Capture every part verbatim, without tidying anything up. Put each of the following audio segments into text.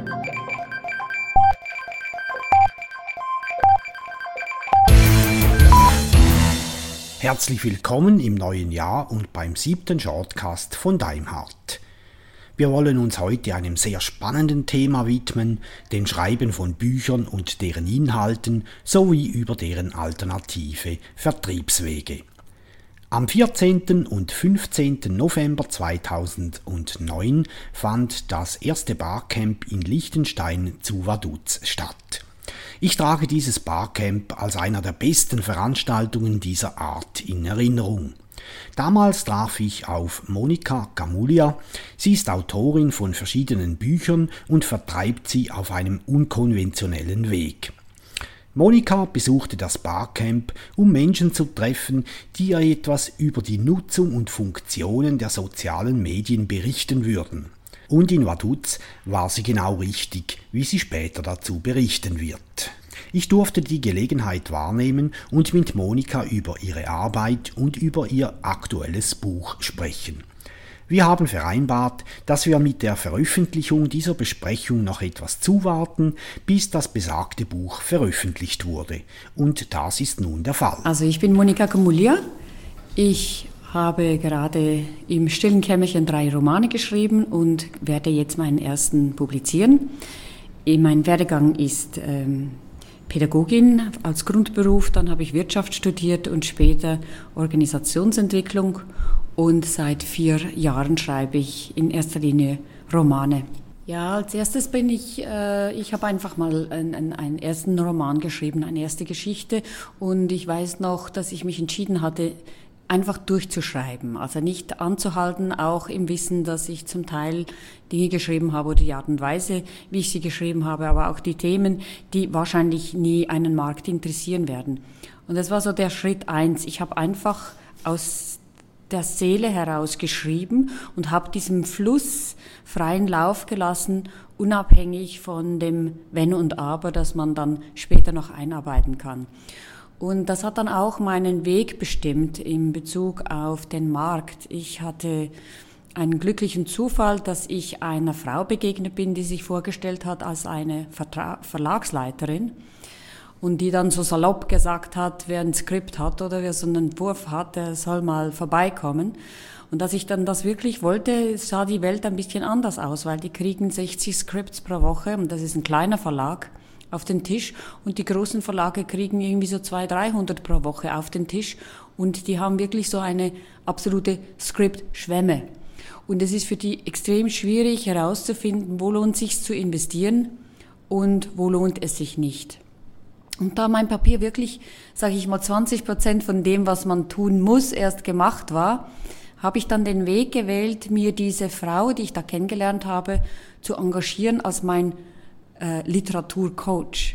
Herzlich willkommen im neuen Jahr und beim siebten Shortcast von Daimhardt. Wir wollen uns heute einem sehr spannenden Thema widmen, dem Schreiben von Büchern und deren Inhalten sowie über deren alternative Vertriebswege. Am vierzehnten und fünfzehnten November zweitausendneun fand das erste Barcamp in Liechtenstein zu Vaduz statt. Ich trage dieses Barcamp als einer der besten Veranstaltungen dieser Art in Erinnerung. Damals traf ich auf Monika Gamulja. Sie ist Autorin von verschiedenen Büchern und vertreibt sie auf einem unkonventionellen Weg. Monika besuchte das Barcamp, um Menschen zu treffen, die ihr etwas über die Nutzung und Funktionen der sozialen Medien berichten würden. Und in Vaduz war sie genau richtig, wie sie später dazu berichten wird. Ich durfte die Gelegenheit wahrnehmen und mit Monika über ihre Arbeit und über ihr aktuelles Buch sprechen. Wir haben vereinbart, dass wir mit der Veröffentlichung dieser Besprechung noch etwas zuwarten, bis das besagte Buch veröffentlicht wurde. Und das ist nun der Fall. Also ich bin Monika Gamulja. Ich habe gerade im stillen Kämmerchen drei Romane geschrieben und werde jetzt meinen ersten publizieren. Mein Werdegang ist ähm, Pädagogin als Grundberuf, dann habe ich Wirtschaft studiert und später Organisationsentwicklung und seit vier Jahren schreibe ich in erster Linie Romane. Ja, als erstes bin ich, äh, ich habe einfach mal einen, einen ersten Roman geschrieben, eine erste Geschichte und ich weiß noch, dass ich mich entschieden hatte, einfach durchzuschreiben, also nicht anzuhalten, auch im Wissen, dass ich zum Teil Dinge geschrieben habe oder die Art und Weise, wie ich sie geschrieben habe, aber auch die Themen, die wahrscheinlich nie einen Markt interessieren werden. Und das war so der Schritt eins. Ich habe einfach aus der Seele heraus geschrieben und habe diesem Fluss freien Lauf gelassen, unabhängig von dem Wenn und Aber, das man dann später noch einarbeiten kann. Und das hat dann auch meinen Weg bestimmt in Bezug auf den Markt. Ich hatte einen glücklichen Zufall, dass ich einer Frau begegnet bin, die sich vorgestellt hat als eine Vertra- Verlagsleiterin und die dann so salopp gesagt hat, wer ein Skript hat oder wer so einen Entwurf hat, der soll mal vorbeikommen. Und als ich dann das wirklich wollte, sah die Welt ein bisschen anders aus, weil die kriegen sechzig Skripts pro Woche und das ist ein kleiner Verlag auf den Tisch und die großen Verlage kriegen irgendwie so zweihundert, dreihundert pro Woche auf den Tisch und die haben wirklich so eine absolute Script-Schwemme. Und es ist für die extrem schwierig herauszufinden, wo lohnt es sich zu investieren und wo lohnt es sich nicht. Und da mein Papier wirklich, sage ich mal, zwanzig Prozent von dem, was man tun muss, erst gemacht war, habe ich dann den Weg gewählt, mir diese Frau, die ich da kennengelernt habe, zu engagieren als mein Äh, Literaturcoach.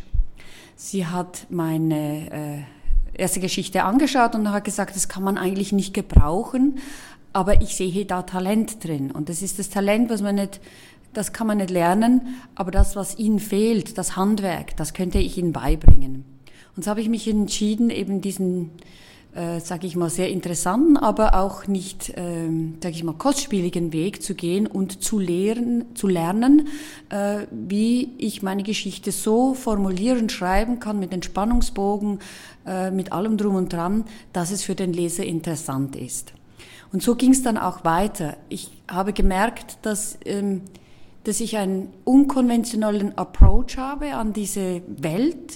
Sie hat meine äh, erste Geschichte angeschaut und hat gesagt, das kann man eigentlich nicht gebrauchen, aber ich sehe da Talent drin. Und das ist das Talent, was man nicht, das kann man nicht lernen, aber das, was Ihnen fehlt, das Handwerk, das könnte ich Ihnen beibringen. Und so habe ich mich entschieden, eben diesen Äh, sage ich mal, sehr interessanten, aber auch nicht, ähm, sage ich mal, kostspieligen Weg zu gehen und zu lehren, zu lernen, äh, wie ich meine Geschichte so formulieren, schreiben kann, mit den Spannungsbogen, äh, mit allem drum und dran, dass es für den Leser interessant ist. Und so ging es dann auch weiter. Ich habe gemerkt, dass, ähm, dass ich einen unkonventionellen Approach habe an diese Welt.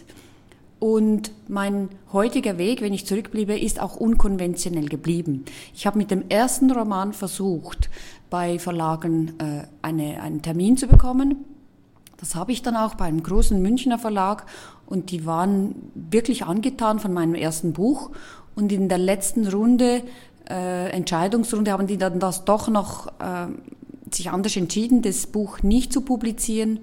Und mein heutiger Weg, wenn ich zurückbliebe, ist auch unkonventionell geblieben. Ich habe mit dem ersten Roman versucht, bei Verlagen äh, eine, einen Termin zu bekommen. Das habe ich dann auch bei einem großen Münchner Verlag und die waren wirklich angetan von meinem ersten Buch. Und in der letzten Runde, äh, Entscheidungsrunde, haben die dann das doch noch äh, sich anders entschieden, das Buch nicht zu publizieren.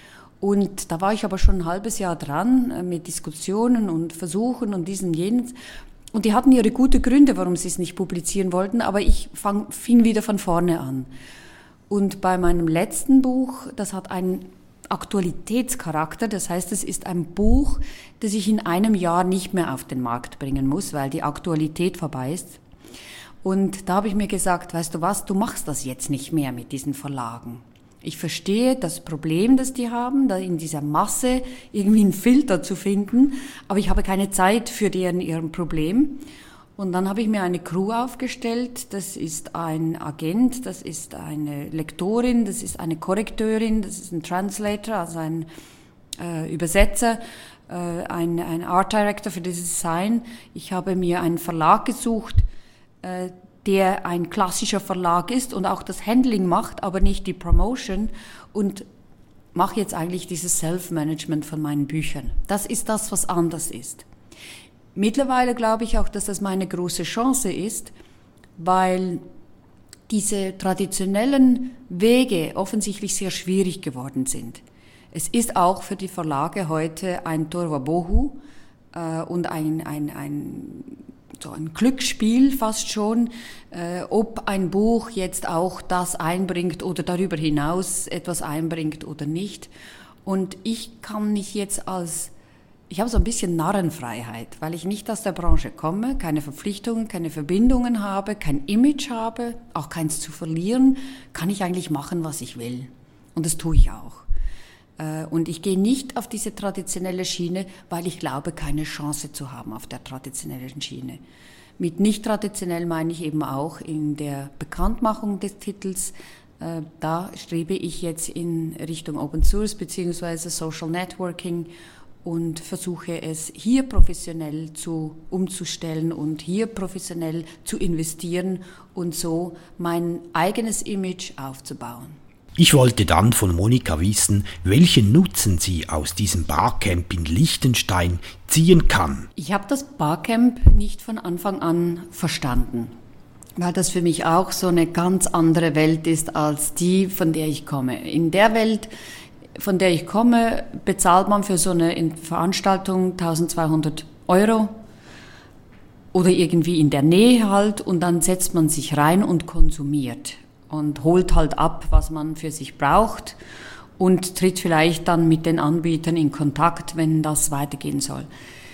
Und da war ich aber schon ein halbes Jahr dran mit Diskussionen und Versuchen und diesen und jenes. Und die hatten ihre guten Gründe, warum sie es nicht publizieren wollten, aber ich fang, fing wieder von vorne an. Und bei meinem letzten Buch, das hat einen Aktualitätscharakter, das heißt, es ist ein Buch, das ich in einem Jahr nicht mehr auf den Markt bringen muss, weil die Aktualität vorbei ist. Und da habe ich mir gesagt, weißt du was, du machst das jetzt nicht mehr mit diesen Verlagen. Ich verstehe das Problem, das die haben, da in dieser Masse irgendwie einen Filter zu finden, aber ich habe keine Zeit für deren ihrem Problem. Und dann habe ich mir eine Crew aufgestellt, das ist ein Agent, das ist eine Lektorin, das ist eine Korrekteurin, das ist ein Translator, also ein äh, Übersetzer, äh, ein, ein Art Director für das Design. Ich habe mir einen Verlag gesucht, äh, der ein klassischer Verlag ist und auch das Handling macht, aber nicht die Promotion, und mache jetzt eigentlich dieses Self-Management von meinen Büchern. Das ist das, was anders ist. Mittlerweile glaube ich auch, dass das meine große Chance ist, weil diese traditionellen Wege offensichtlich sehr schwierig geworden sind. Es ist auch für die Verlage heute ein Torvabohu äh, und ein, ein, ein so ein Glücksspiel fast schon, äh, ob ein Buch jetzt auch das einbringt oder darüber hinaus etwas einbringt oder nicht. Und ich kann mich jetzt als, ich habe so ein bisschen Narrenfreiheit, weil ich nicht aus der Branche komme, keine Verpflichtungen, keine Verbindungen habe, kein Image habe, auch keins zu verlieren, kann ich eigentlich machen, was ich will. Und das tue ich auch. Und ich gehe nicht auf diese traditionelle Schiene, weil ich glaube, keine Chance zu haben auf der traditionellen Schiene. Mit nicht traditionell meine ich eben auch in der Bekanntmachung des Titels. Da strebe ich jetzt in Richtung Open Source beziehungsweise Social Networking und versuche es hier professionell zu umzustellen und hier professionell zu investieren und so mein eigenes Image aufzubauen. Ich wollte dann von Monika wissen, welchen Nutzen sie aus diesem Barcamp in Liechtenstein ziehen kann. Ich habe das Barcamp nicht von Anfang an verstanden, weil das für mich auch so eine ganz andere Welt ist als die, von der ich komme. In der Welt, von der ich komme, bezahlt man für so eine Veranstaltung eintausendzweihundert Euro oder irgendwie in der Nähe halt, und dann setzt man sich rein und konsumiert und holt halt ab, was man für sich braucht und tritt vielleicht dann mit den Anbietern in Kontakt, wenn das weitergehen soll.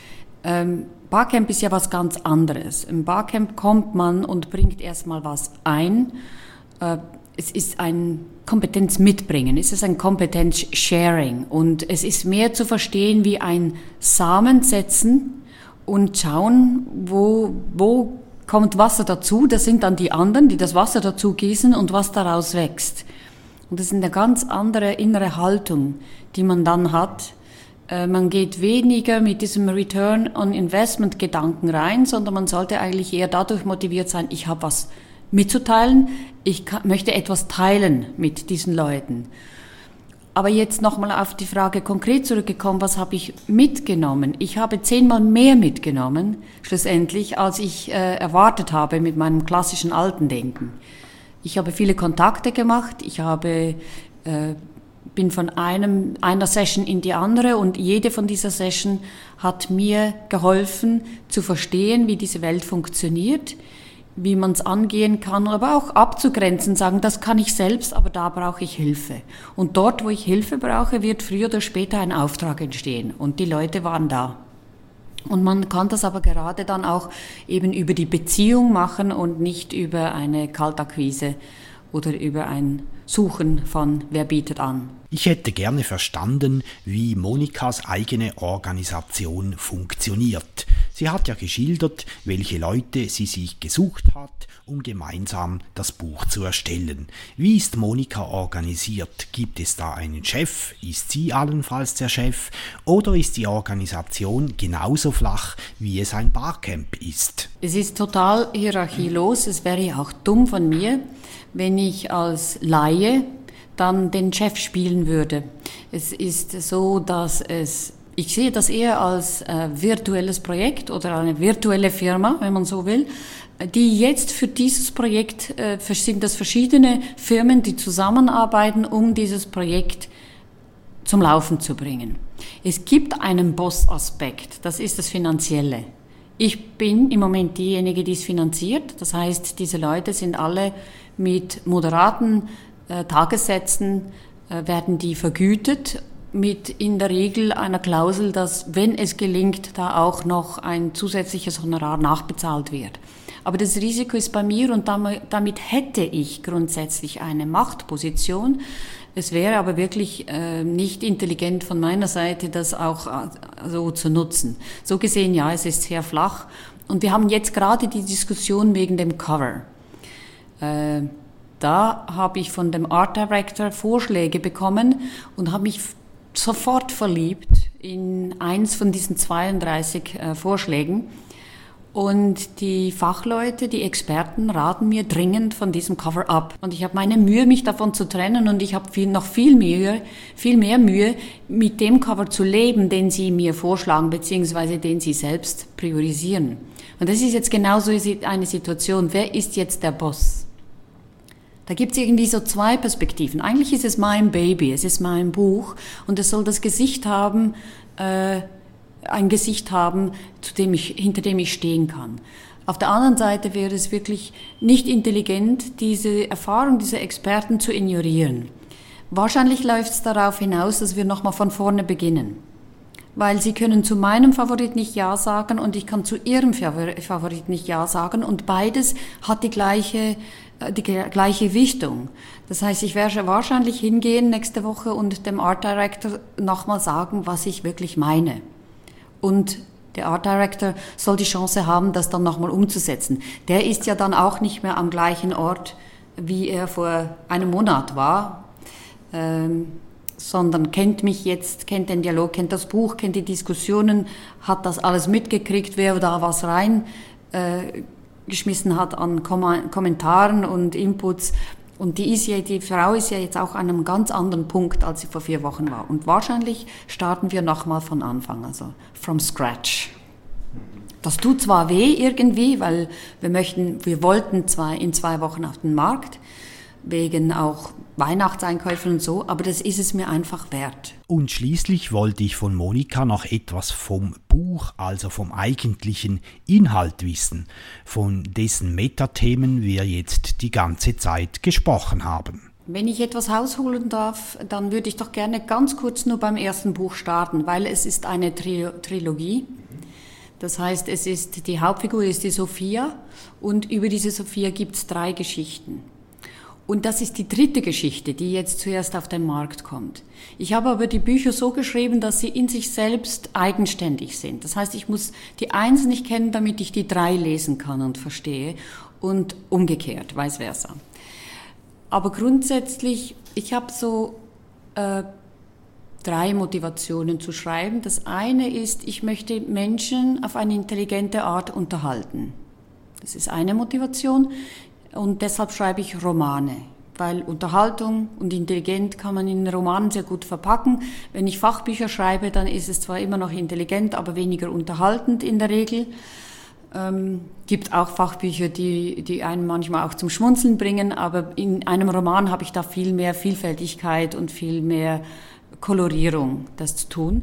Ähm, Barcamp ist ja was ganz anderes. Im Barcamp kommt man und bringt erstmal was ein. Äh, es ist ein Kompetenz mitbringen, es ist ein Kompetenz-Sharing und es ist mehr zu verstehen wie ein Samen setzen und schauen, wo, wo kommt Wasser dazu, das sind dann die anderen, die das Wasser dazu gießen und was daraus wächst. Und das ist eine ganz andere innere Haltung, die man dann hat. Äh, man geht weniger mit diesem Return on Investment Gedanken rein, sondern man sollte eigentlich eher dadurch motiviert sein, ich habe was mitzuteilen, ich kann, möchte etwas teilen mit diesen Leuten. Aber jetzt nochmal auf die Frage konkret zurückgekommen, was habe ich mitgenommen? Ich habe zehnmal mehr mitgenommen, schlussendlich, als ich äh, erwartet habe mit meinem klassischen alten Denken. Ich habe viele Kontakte gemacht, ich habe, äh, bin von einem, einer Session in die andere und jede von dieser Session hat mir geholfen zu verstehen, wie diese Welt funktioniert, wie man es angehen kann, aber auch abzugrenzen, sagen, das kann ich selbst, aber da brauche ich Hilfe. Und dort, wo ich Hilfe brauche, wird früher oder später ein Auftrag entstehen. Und die Leute waren da. Und man kann das aber gerade dann auch eben über die Beziehung machen und nicht über eine Kaltakquise oder über ein Suchen von wer bietet an. Ich hätte gerne verstanden, wie Monikas eigene Organisation funktioniert. Sie hat ja geschildert, welche Leute sie sich gesucht hat, um gemeinsam das Buch zu erstellen. Wie ist Monika organisiert? Gibt es da einen Chef? Ist sie allenfalls der Chef? Oder ist die Organisation genauso flach, wie es ein Barcamp ist? Es ist total hierarchielos. Es wäre ja auch dumm von mir, wenn ich als Laie dann den Chef spielen würde. Es ist so, dass es, ich sehe das eher als äh, virtuelles Projekt oder eine virtuelle Firma, wenn man so will, die jetzt für dieses Projekt, äh, sind das verschiedene Firmen, die zusammenarbeiten, um dieses Projekt zum Laufen zu bringen. Es gibt einen Boss-Aspekt, das ist das Finanzielle. Ich bin im Moment diejenige, die es finanziert, das heißt, diese Leute sind alle mit moderaten äh, Tagessätzen, äh, werden die vergütet, mit in der Regel einer Klausel, dass, wenn es gelingt, da auch noch ein zusätzliches Honorar nachbezahlt wird. Aber das Risiko ist bei mir und damit, damit hätte ich grundsätzlich eine Machtposition. Es wäre aber wirklich äh, nicht intelligent von meiner Seite, das auch äh, so zu nutzen. So gesehen, ja, es ist sehr flach. Und wir haben jetzt gerade die Diskussion wegen dem Cover. Äh, da habe ich von dem Art Director Vorschläge bekommen und habe mich sofort verliebt in eins von diesen zweiunddreißig äh, Vorschlägen. Und die Fachleute, die Experten raten mir dringend von diesem Cover ab. Und ich habe meine Mühe, mich davon zu trennen, und ich habe viel, noch viel Mühe, viel mehr Mühe, mit dem Cover zu leben, den sie mir vorschlagen, beziehungsweise den sie selbst priorisieren. Und das ist jetzt genauso eine Situation. Wer ist jetzt der Boss? Da gibt es irgendwie so zwei Perspektiven. Eigentlich ist es mein Baby, es ist mein Buch, und es soll das Gesicht haben, äh, ein Gesicht haben, zu dem ich, hinter dem ich stehen kann. Auf der anderen Seite wäre es wirklich nicht intelligent, diese Erfahrung dieser Experten zu ignorieren. Wahrscheinlich läuft es darauf hinaus, dass wir nochmal von vorne beginnen. Weil sie können zu meinem Favorit nicht Ja sagen und ich kann zu ihrem Favorit nicht Ja sagen, und beides hat die gleiche, die gleiche Wichtung. Das heißt, ich werde wahrscheinlich hingehen nächste Woche und dem Art Director nochmal sagen, was ich wirklich meine. Und der Art Director soll die Chance haben, das dann nochmal umzusetzen. Der ist ja dann auch nicht mehr am gleichen Ort, wie er vor einem Monat war, ähm, sondern kennt mich jetzt, kennt den Dialog, kennt das Buch, kennt die Diskussionen, hat das alles mitgekriegt, wer da was rein äh, geschmissen hat an Kom- Kommentaren und Inputs. Und die, ist ja, die Frau ist ja jetzt auch an einem ganz anderen Punkt, als sie vor vier Wochen war. Und wahrscheinlich starten wir nochmal von Anfang, also from scratch. Das tut zwar weh irgendwie, weil wir möchten, wir wollten zwar in zwei Wochen auf den Markt, wegen auch Weihnachtseinkäufen und so, aber das ist es mir einfach wert. Und schließlich wollte ich von Monika noch etwas vom Buch, also vom eigentlichen Inhalt wissen, von dessen Metathemen wir jetzt die ganze Zeit gesprochen haben. Wenn ich etwas ausholen darf, dann würde ich doch gerne ganz kurz nur beim ersten Buch starten, weil es ist eine Tri- Trilogie. Das heißt, es ist, die Hauptfigur ist die Sophia, und über diese Sophia gibt es drei Geschichten. Und das ist die dritte Geschichte, die jetzt zuerst auf den Markt kommt. Ich habe aber die Bücher so geschrieben, dass sie in sich selbst eigenständig sind. Das heißt, ich muss die Eins nicht kennen, damit ich die Drei lesen kann und verstehe, und umgekehrt, vice versa. Aber grundsätzlich, ich habe so äh, drei Motivationen zu schreiben. Das eine ist, ich möchte Menschen auf eine intelligente Art unterhalten. Das ist eine Motivation. Und deshalb schreibe ich Romane, weil Unterhaltung und intelligent kann man in Romanen sehr gut verpacken. Wenn ich Fachbücher schreibe, dann ist es zwar immer noch intelligent, aber weniger unterhaltend in der Regel. Ähm, gibt auch Fachbücher, die, die einen manchmal auch zum Schmunzeln bringen, aber in einem Roman habe ich da viel mehr Vielfältigkeit und viel mehr Kolorierung, das zu tun.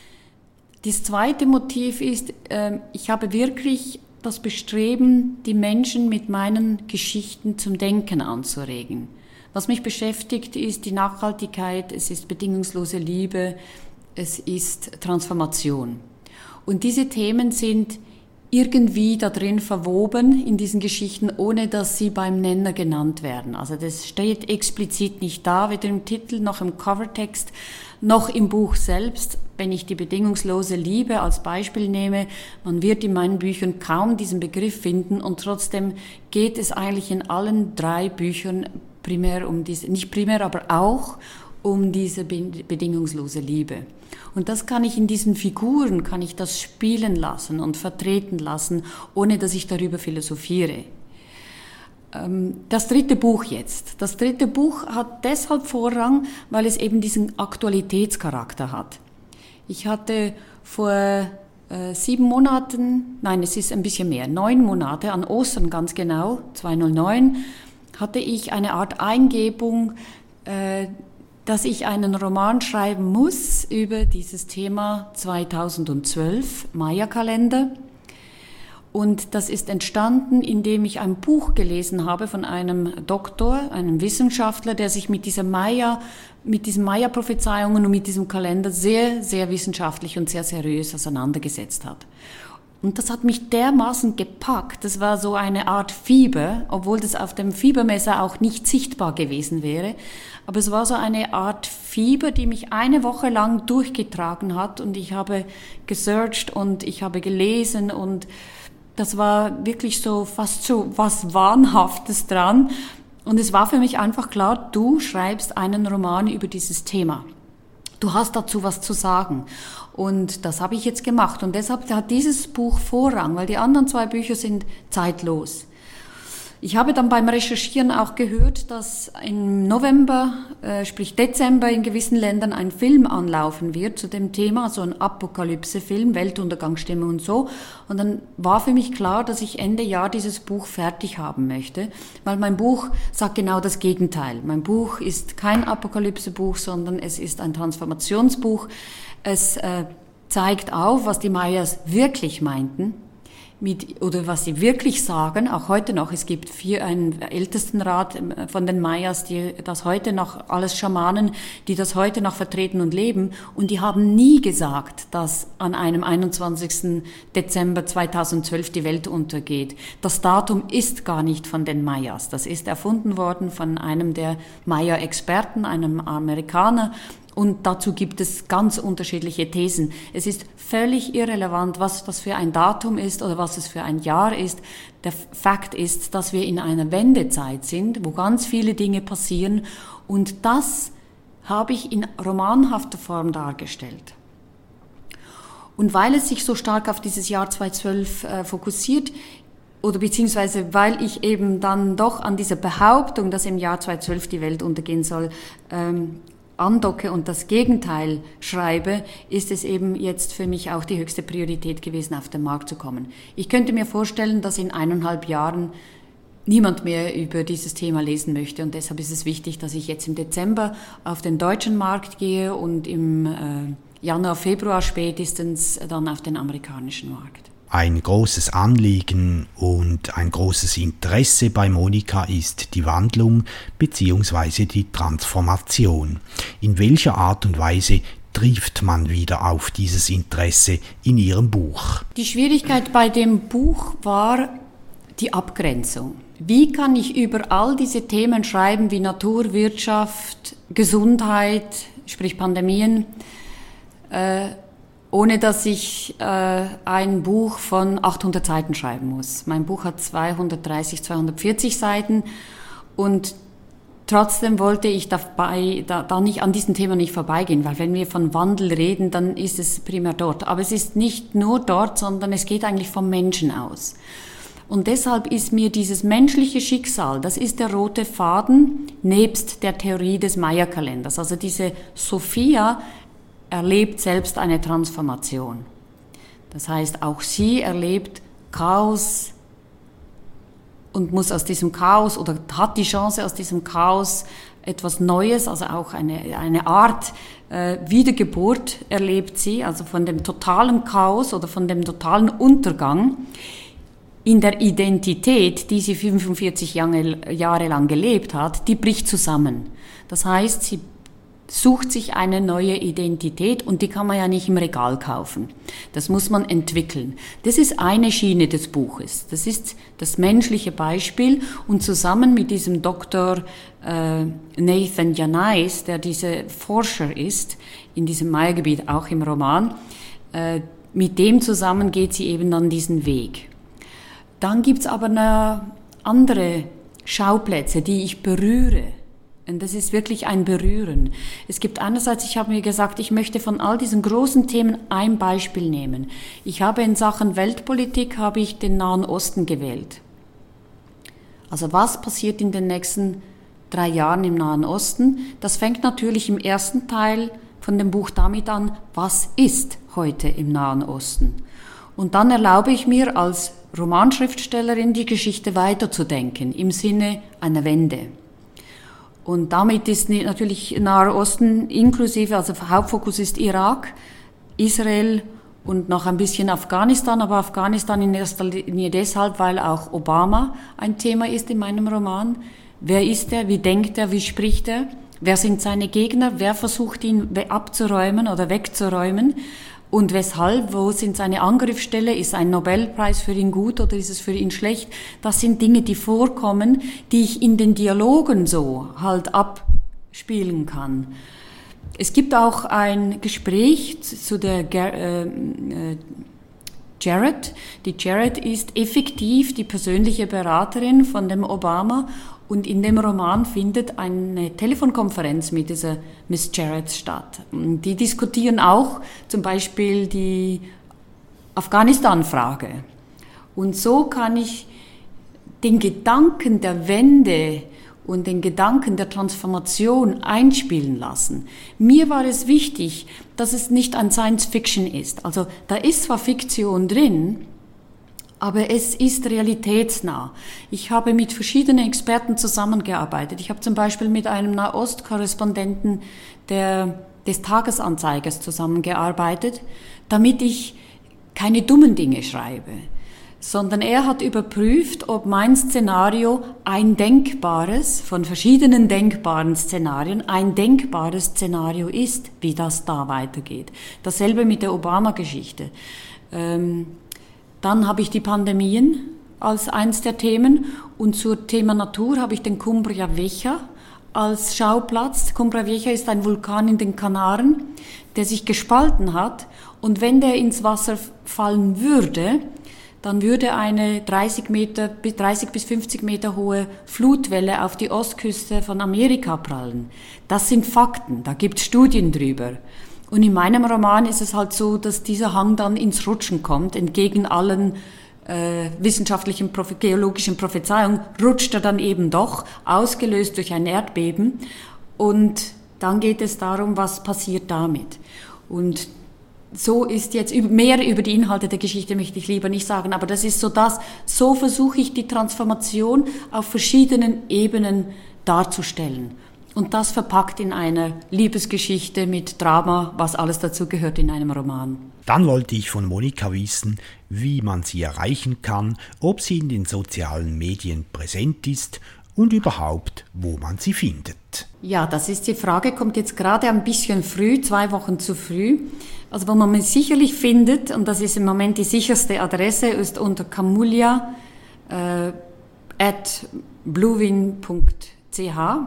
Das zweite Motiv ist, äh, ich habe wirklich das Bestreben, die Menschen mit meinen Geschichten zum Denken anzuregen. Was mich beschäftigt, ist die Nachhaltigkeit, es ist bedingungslose Liebe, es ist Transformation. Und diese Themen sind irgendwie da drin verwoben in diesen Geschichten, ohne dass sie beim Nenner genannt werden. Also das steht explizit nicht da, weder im Titel noch im Covertext, noch im Buch selbst. Wenn ich die bedingungslose Liebe als Beispiel nehme, man wird in meinen Büchern kaum diesen Begriff finden, und trotzdem geht es eigentlich in allen drei Büchern primär um diese, nicht primär, aber auch um diese bedingungslose Liebe. Und das kann ich in diesen Figuren, kann ich das spielen lassen und vertreten lassen, ohne dass ich darüber philosophiere. Das dritte Buch jetzt. Das dritte Buch hat deshalb Vorrang, weil es eben diesen Aktualitätscharakter hat. Ich hatte vor äh, sieben Monaten, nein, es ist ein bisschen mehr, neun Monate, an Ostern ganz genau, zweitausendneun, hatte ich eine Art Eingebung, äh, dass ich einen Roman schreiben muss über dieses Thema zweitausendzwölf, Maya-Kalender. Und das ist entstanden, indem ich ein Buch gelesen habe von einem Doktor, einem Wissenschaftler, der sich mit dieser Maya, mit diesen Maya-Prophezeiungen und mit diesem Kalender sehr, sehr wissenschaftlich und sehr seriös auseinandergesetzt hat. Und das hat mich dermaßen gepackt. Das war so eine Art Fieber, obwohl das auf dem Fiebermesser auch nicht sichtbar gewesen wäre. Aber es war so eine Art Fieber, die mich eine Woche lang durchgetragen hat. Und ich habe gesearcht und ich habe gelesen. Und das war wirklich so fast so was Wahnhaftes dran. Und es war für mich einfach klar, du schreibst einen Roman über dieses Thema. Du hast dazu was zu sagen. Und das habe ich jetzt gemacht. Und deshalb hat dieses Buch Vorrang, weil die anderen zwei Bücher sind zeitlos. Ich habe dann beim Recherchieren auch gehört, dass im November, äh, sprich Dezember, in gewissen Ländern ein Film anlaufen wird zu dem Thema, so ein Apokalypse-Film, Weltuntergangsstimmung und so. Und dann war für mich klar, dass ich Ende Jahr dieses Buch fertig haben möchte, weil mein Buch sagt genau das Gegenteil. Mein Buch ist kein Apokalypse-Buch, sondern es ist ein Transformationsbuch. Es äh, zeigt auf, was die Mayas wirklich meinten. Mit, oder was sie wirklich sagen, auch heute noch. Es gibt vier, einen Ältestenrat von den Mayas, die das heute noch, alles Schamanen, die das heute noch vertreten und leben. Und die haben nie gesagt, dass an einem einundzwanzigsten Dezember zweitausendzwölf die Welt untergeht. Das Datum ist gar nicht von den Mayas. Das ist erfunden worden von einem der Maya-Experten, einem Amerikaner. Und dazu gibt es ganz unterschiedliche Thesen. Es ist völlig irrelevant, was das für ein Datum ist oder was es für ein Jahr ist. Der Fakt ist, dass wir in einer Wendezeit sind, wo ganz viele Dinge passieren. Und das habe ich in romanhafter Form dargestellt. Und weil es sich so stark auf dieses Jahr zweitausendzwölf äh, fokussiert, oder beziehungsweise weil ich eben dann doch an dieser Behauptung, dass im Jahr zweitausendzwölf die Welt untergehen soll, ähm, andocke und das Gegenteil schreibe, ist es eben jetzt für mich auch die höchste Priorität gewesen, auf den Markt zu kommen. Ich könnte mir vorstellen, dass in eineinhalb Jahren niemand mehr über dieses Thema lesen möchte und deshalb ist es wichtig, dass ich jetzt im Dezember auf den deutschen Markt gehe und im äh, Januar, Februar spätestens dann auf den amerikanischen Markt. Ein großes Anliegen und ein großes Interesse bei Monika ist die Wandlung bzw. die Transformation. In welcher Art und Weise trifft man wieder auf dieses Interesse in ihrem Buch? Die Schwierigkeit bei dem Buch war die Abgrenzung. Wie kann ich über all diese Themen schreiben wie Natur, Wirtschaft, Gesundheit, sprich Pandemien, äh, ohne dass ich äh, ein Buch von achthundert Seiten schreiben muss. Mein Buch hat zweihundertdreißig, zweihundertvierzig Seiten und trotzdem wollte ich dabei, da, da nicht an diesem Thema nicht vorbeigehen, weil wenn wir von Wandel reden, dann ist es primär dort. Aber es ist nicht nur dort, sondern es geht eigentlich vom Menschen aus. Und deshalb ist mir dieses menschliche Schicksal, das ist der rote Faden nebst der Theorie des Maya-Kalenders. Also diese Sophia erlebt selbst eine Transformation. Das heißt, auch sie erlebt Chaos und muss aus diesem Chaos oder hat die Chance, aus diesem Chaos etwas Neues, also auch eine, eine Art äh, Wiedergeburt erlebt sie, also von dem totalen Chaos oder von dem totalen Untergang in der Identität, die sie fünfundvierzig Jahre, Jahre lang gelebt hat, die bricht zusammen. Das heißt, sie sucht sich eine neue Identität und die kann man ja nicht im Regal kaufen. Das muss man entwickeln. Das ist eine Schiene des Buches. Das ist das menschliche Beispiel und zusammen mit diesem Doktor äh, Nathan Yanais, der dieser Forscher ist, in diesem Maya-Gebiet, auch im Roman, äh, mit dem zusammen geht sie eben dann diesen Weg. Dann gibt's aber eine andere Schauplätze, die ich berühre. Und das ist wirklich ein Berühren. Es gibt einerseits, ich habe mir gesagt, ich möchte von all diesen großen Themen ein Beispiel nehmen. Ich habe in Sachen Weltpolitik, habe ich den Nahen Osten gewählt. Also was passiert in den nächsten drei Jahren im Nahen Osten? Das fängt natürlich im ersten Teil von dem Buch damit an, was ist heute im Nahen Osten? Und dann erlaube ich mir als Romanschriftstellerin die Geschichte weiterzudenken, im Sinne einer Wende. Und damit ist natürlich Naher Osten inklusive, also Hauptfokus ist Irak, Israel und noch ein bisschen Afghanistan, aber Afghanistan in erster Linie deshalb, weil auch Obama ein Thema ist in meinem Roman. Wer ist er, wie denkt er, wie spricht er, wer sind seine Gegner, wer versucht ihn abzuräumen oder wegzuräumen und weshalb, wo sind seine Angriffsstelle, ist ein Nobelpreis für ihn gut oder ist es für ihn schlecht? Das sind Dinge, die vorkommen, die ich in den Dialogen so halt abspielen kann. Es gibt auch ein Gespräch zu der Ger- äh, äh, Jared. Die Jared ist effektiv die persönliche Beraterin von dem Obama und in dem Roman findet eine Telefonkonferenz mit dieser Miss Jared statt. Die diskutieren auch zum Beispiel die Afghanistan-Frage. Und so kann ich den Gedanken der Wende und den Gedanken der Transformation einspielen lassen. Mir war es wichtig, dass es nicht ein Science-Fiction ist. Also da ist zwar Fiktion drin, aber es ist realitätsnah. Ich habe mit verschiedenen Experten zusammengearbeitet. Ich habe zum Beispiel mit einem Nahost-Korrespondenten der, des Tagesanzeigers zusammengearbeitet, damit ich keine dummen Dinge schreibe, sondern er hat überprüft, ob mein Szenario ein denkbares, von verschiedenen denkbaren Szenarien, ein denkbares Szenario ist, wie das da weitergeht. Dasselbe mit der Obama-Geschichte. Ähm, dann habe ich die Pandemien als eins der Themen und zur Thema Natur habe ich den Cumbria Vieja als Schauplatz. Cumbria Vieja ist ein Vulkan in den Kanaren, der sich gespalten hat und wenn der ins Wasser fallen würde, dann würde eine dreißig Meter, dreißig bis fünfzig Meter hohe Flutwelle auf die Ostküste von Amerika prallen. Das sind Fakten, da gibt es Studien drüber. Und in meinem Roman ist es halt so, dass dieser Hang dann ins Rutschen kommt, entgegen allen äh, wissenschaftlichen, geologischen Prophezeiungen, rutscht er dann eben doch, ausgelöst durch ein Erdbeben. Und dann geht es darum, was passiert damit. Und so ist jetzt, mehr über die Inhalte der Geschichte möchte ich lieber nicht sagen, aber das ist so das, so versuche ich die Transformation auf verschiedenen Ebenen darzustellen. Und das verpackt in einer Liebesgeschichte mit Drama, was alles dazu gehört in einem Roman. Dann wollte ich von Monika wissen, wie man sie erreichen kann, ob sie in den sozialen Medien präsent ist und überhaupt, wo man sie findet. Ja, das ist die Frage, kommt jetzt gerade ein bisschen früh, zwei Wochen zu früh. Also wo man mich sicherlich findet, und das ist im Moment die sicherste Adresse, ist unter camulia äh, at bluewin punkt c h.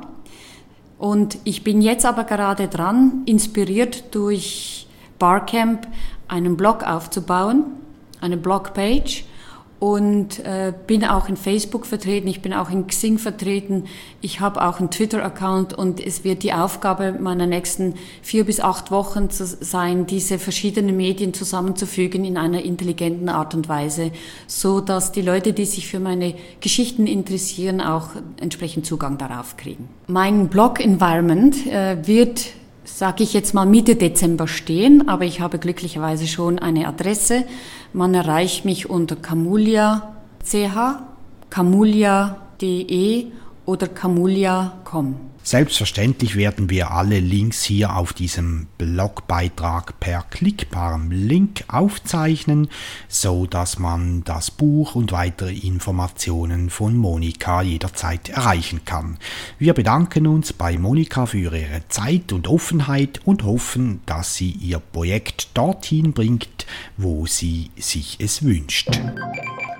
Und ich bin jetzt aber gerade dran, inspiriert durch Barcamp, einen Blog aufzubauen, eine Blogpage. Und äh, bin auch in Facebook vertreten, ich bin auch in Xing vertreten, ich habe auch einen Twitter-Account und es wird die Aufgabe meiner nächsten vier bis acht Wochen zu sein, diese verschiedenen Medien zusammenzufügen in einer intelligenten Art und Weise, so dass die Leute, die sich für meine Geschichten interessieren, auch entsprechend Zugang darauf kriegen. Mein Blog-Environment äh, wird, sage ich jetzt mal, Mitte Dezember stehen, aber ich habe glücklicherweise schon eine Adresse. Man erreicht mich unter camulia punkt c h, camulia punkt d e oder camulia punkt com. Selbstverständlich werden wir alle Links hier auf diesem Blogbeitrag per klickbarem Link aufzeichnen, so dass man das Buch und weitere Informationen von Monika jederzeit erreichen kann. Wir bedanken uns bei Monika für ihre Zeit und Offenheit und hoffen, dass sie ihr Projekt dorthin bringt, wo sie sich es wünscht.